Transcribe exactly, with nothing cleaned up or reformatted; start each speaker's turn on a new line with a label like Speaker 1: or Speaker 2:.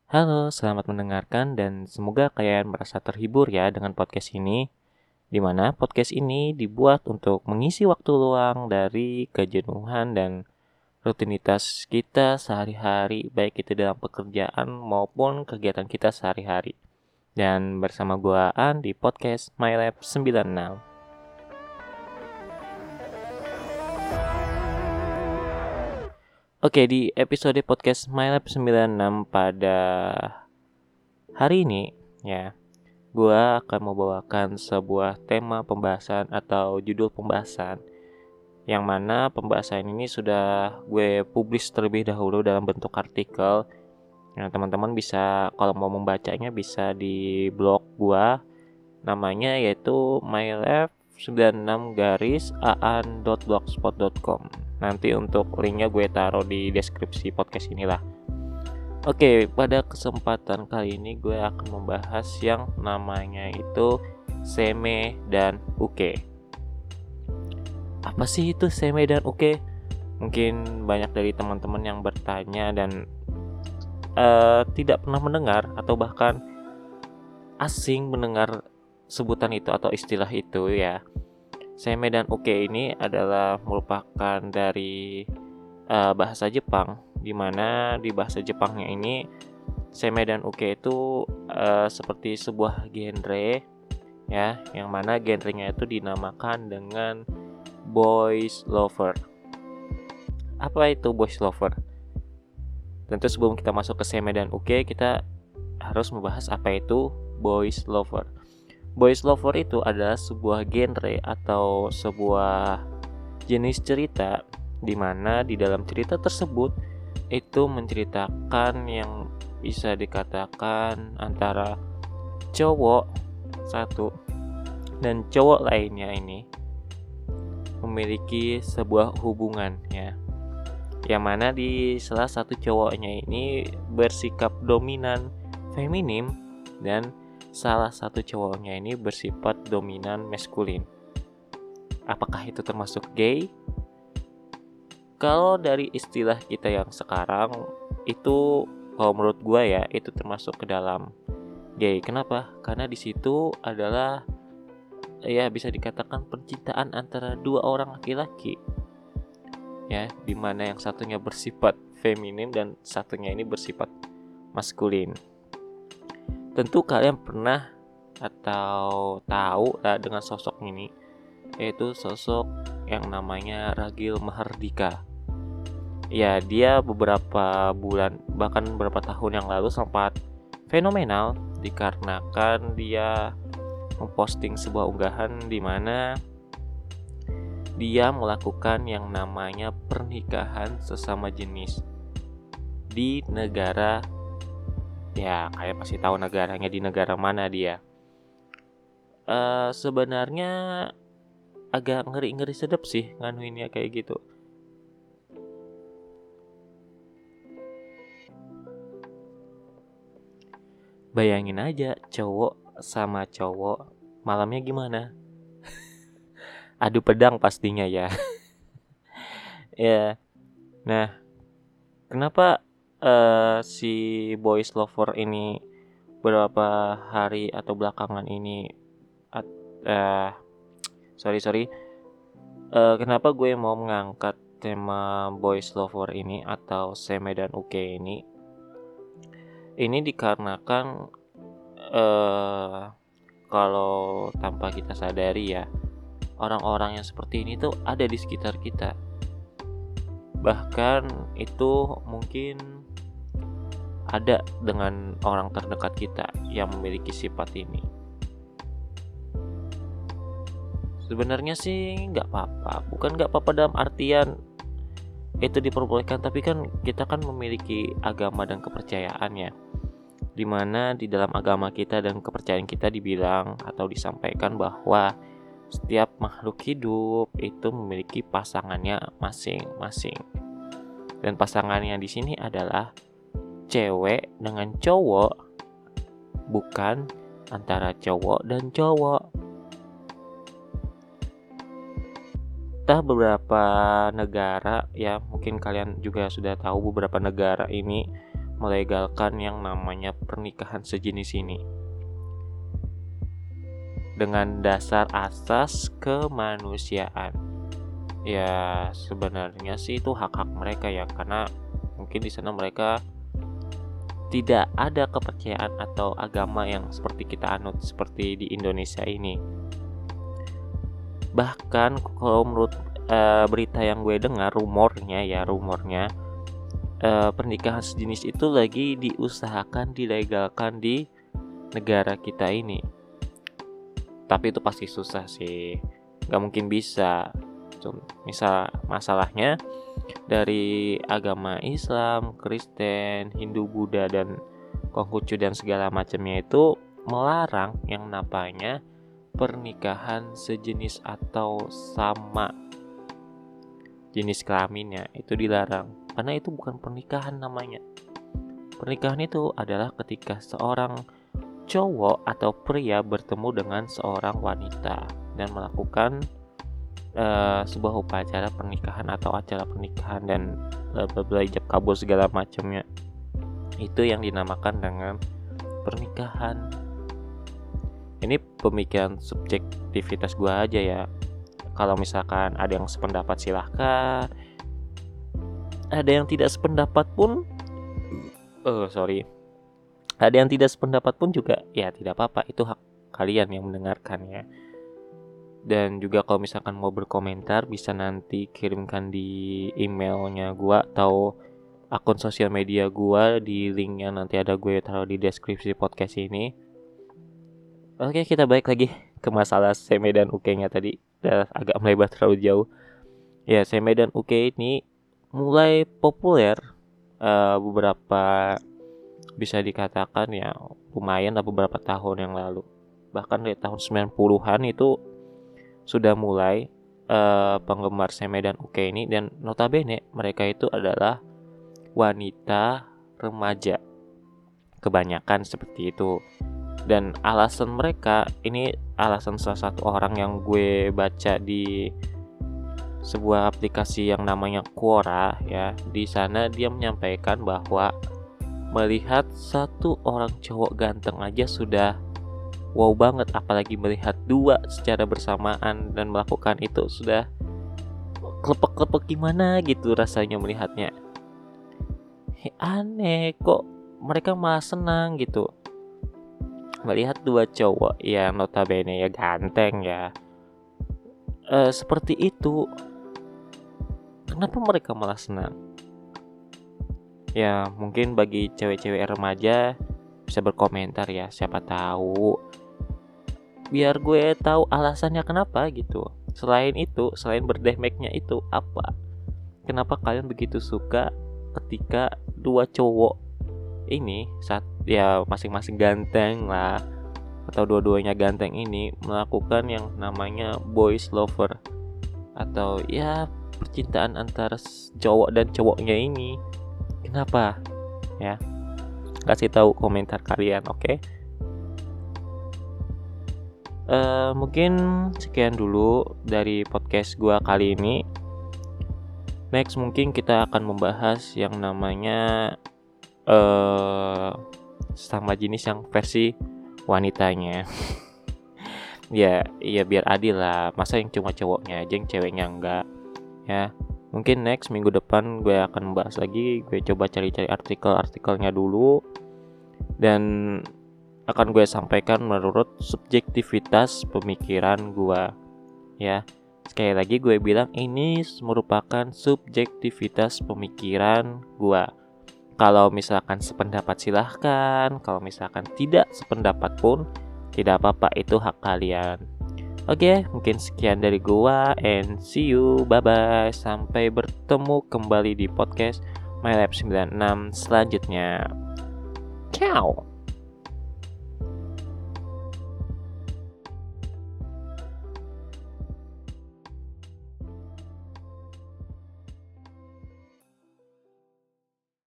Speaker 1: Halo, selamat mendengarkan dan semoga kalian merasa terhibur ya dengan podcast ini, di mana podcast ini dibuat untuk mengisi waktu luang dari kejenuhan dan rutinitas kita sehari-hari, baik itu dalam pekerjaan maupun kegiatan kita sehari-hari. Dan bersama gua An di podcast My Lab sembilan puluh enam. Oke, di episode podcast My Lab sembilan puluh enam pada hari ini ya, gua akan membawakan sebuah tema pembahasan atau judul pembahasan yang mana pembahasan ini sudah gue publish terlebih dahulu dalam bentuk artikel. Nah, teman-teman bisa kalau mau membacanya bisa di blog gua, namanya yaitu mylab sembilan puluh enam garis aan dot blogspot dot com. Nanti untuk linknya gue taruh di deskripsi podcast inilah. Oke, pada kesempatan kali ini gue akan membahas yang namanya itu seme dan uke. Apa sih itu seme dan uke? Mungkin banyak dari teman-teman yang bertanya dan uh, tidak pernah mendengar atau bahkan asing mendengar sebutan itu atau istilah itu ya. Seme dan uke ini adalah merupakan dari uh, bahasa Jepang, di mana di bahasa Jepangnya ini seme dan uke itu uh, seperti sebuah genre ya, yang mana genrenya itu dinamakan dengan boys lover. Apa itu boys lover? Tentu sebelum kita masuk ke seme dan uke, kita harus membahas apa itu boys lover. Boys lover itu adalah sebuah genre atau sebuah jenis cerita di mana di dalam cerita tersebut itu menceritakan yang bisa dikatakan antara cowok satu dan cowok lainnya ini memiliki sebuah hubungan ya, yang mana di salah satu cowoknya ini bersikap dominan feminim dan salah satu cowoknya ini bersifat dominan maskulin. Apakah itu termasuk gay? Kalau dari istilah kita yang sekarang itu, kalau menurut gue ya, itu termasuk ke dalam gay. Kenapa? Karena di situ adalah ya bisa dikatakan percintaan antara dua orang laki-laki ya, dimana yang satunya bersifat feminim dan satunya ini bersifat maskulin. Tentu kalian pernah atau tahu lah dengan sosok ini, yaitu sosok yang namanya Ragil Mahardika. Ya, dia beberapa bulan bahkan beberapa tahun yang lalu sempat fenomenal dikarenakan dia memposting sebuah unggahan di mana dia melakukan yang namanya pernikahan sesama jenis di negara, ya kayak pasti tahu negaranya di negara mana dia. Uh, sebenarnya agak ngeri-ngeri sedep sih nganuinnya kayak gitu. Bayangin aja cowok sama cowok malamnya gimana? Adu pedang pastinya ya. Ya. Nah, kenapa uh, si boys lover ini beberapa hari atau belakangan ini at, uh, sorry sorry uh, kenapa gue mau mengangkat tema boys lover ini atau seme dan uke ini? Ini dikarenakan uh, kalau tanpa kita sadari ya, orang-orang yang seperti ini tuh ada di sekitar kita. Bahkan itu mungkin ada dengan orang terdekat kita yang memiliki sifat ini. Sebenarnya sih nggak apa-apa, bukan nggak apa-apa dalam artian itu diperbolehkan, tapi kan kita kan memiliki agama dan kepercayaannya, dimana di dalam agama kita dan kepercayaan kita dibilang atau disampaikan bahwa setiap makhluk hidup itu memiliki pasangannya masing-masing. Dan pasangannya di sini adalah cewek dengan cowok, bukan antara cowok dan cowok. Entah beberapa negara ya, mungkin kalian juga sudah tahu beberapa negara ini melegalkan yang namanya pernikahan sejenis ini dengan dasar asas kemanusiaan. Ya sebenarnya sih itu hak-hak mereka ya, karena mungkin di sana mereka tidak ada kepercayaan atau agama yang seperti kita anut seperti di Indonesia ini. Bahkan kalau menurut uh, berita yang gue dengar, rumornya ya rumornya uh, pernikahan sejenis itu lagi diusahakan dilegalkan di negara kita ini. Tapi itu pasti susah sih, nggak mungkin bisa. Misal masalahnya dari agama Islam, Kristen, Hindu, Buddha, dan Konghucu dan segala macamnya itu melarang yang namanya pernikahan sejenis atau sama jenis kelaminnya, itu dilarang karena itu bukan pernikahan namanya. Pernikahan itu adalah ketika seorang cowok atau pria bertemu dengan seorang wanita dan melakukan Uh, sebuah upacara pernikahan atau acara pernikahan dan bla bla bla ijab kabul segala macamnya. Itu yang dinamakan dengan pernikahan. Ini pemikiran subjektivitas gua aja ya. Kalau misalkan ada yang sependapat silahkan, ada yang tidak sependapat pun oh sorry ada yang tidak sependapat pun juga ya tidak apa-apa, itu hak kalian yang mendengarkan ya. Dan juga kalau misalkan mau berkomentar bisa nanti kirimkan di emailnya gua atau akun sosial media gua, di linknya nanti ada gue taruh di deskripsi podcast ini. Oke, kita balik lagi ke masalah Seme dan Uke-nya tadi. Udah agak melebar terlalu jauh. Ya, Seme dan Uke ini mulai populer uh, beberapa bisa dikatakan ya lumayan lah beberapa tahun yang lalu. Bahkan dari tahun sembilan puluhan itu sudah mulai uh, penggemar Seme dan Uke ini, dan notabene mereka itu adalah wanita remaja kebanyakan seperti itu. Dan alasan mereka ini, alasan salah satu orang yang gue baca di sebuah aplikasi yang namanya Quora ya, di sana dia menyampaikan bahwa melihat satu orang cowok ganteng aja sudah wow banget, apalagi melihat dua secara bersamaan dan melakukan itu sudah klepek-klepek gimana gitu rasanya melihatnya. He, aneh kok mereka malah senang gitu melihat dua cowok yang notabene ya ganteng ya e, seperti itu. Kenapa mereka malah senang? Ya mungkin bagi cewek-cewek remaja bisa berkomentar ya, siapa tahu biar gue tahu alasannya kenapa gitu. Selain itu, selain berdehmeknya itu apa? Kenapa kalian begitu suka ketika dua cowok ini saat ya masing-masing ganteng lah atau dua-duanya ganteng ini melakukan yang namanya boys lover atau ya percintaan antara cowok dan cowoknya ini? Kenapa? Ya, kasih tahu komentar kalian, oke? Okay? Uh, mungkin sekian dulu dari podcast gua kali ini. Next mungkin kita akan membahas yang namanya uh, sama jenis yang versi wanitanya. ya, ya biar adil lah. Masa yang cuma cowoknya aja, yang ceweknya enggak. Ya, mungkin next minggu depan gue akan membahas lagi. Gue coba cari-cari artikel-artikelnya dulu dan akan gue sampaikan menurut subjektivitas pemikiran gue ya. Sekali lagi gue bilang ini merupakan subjektivitas pemikiran gue. Kalau misalkan sependapat silahkan, kalau misalkan tidak sependapat pun tidak apa-apa, itu hak kalian. Oke, mungkin sekian dari gue and see you, bye bye. Sampai bertemu kembali di podcast My Lab sembilan enam selanjutnya. Ciao.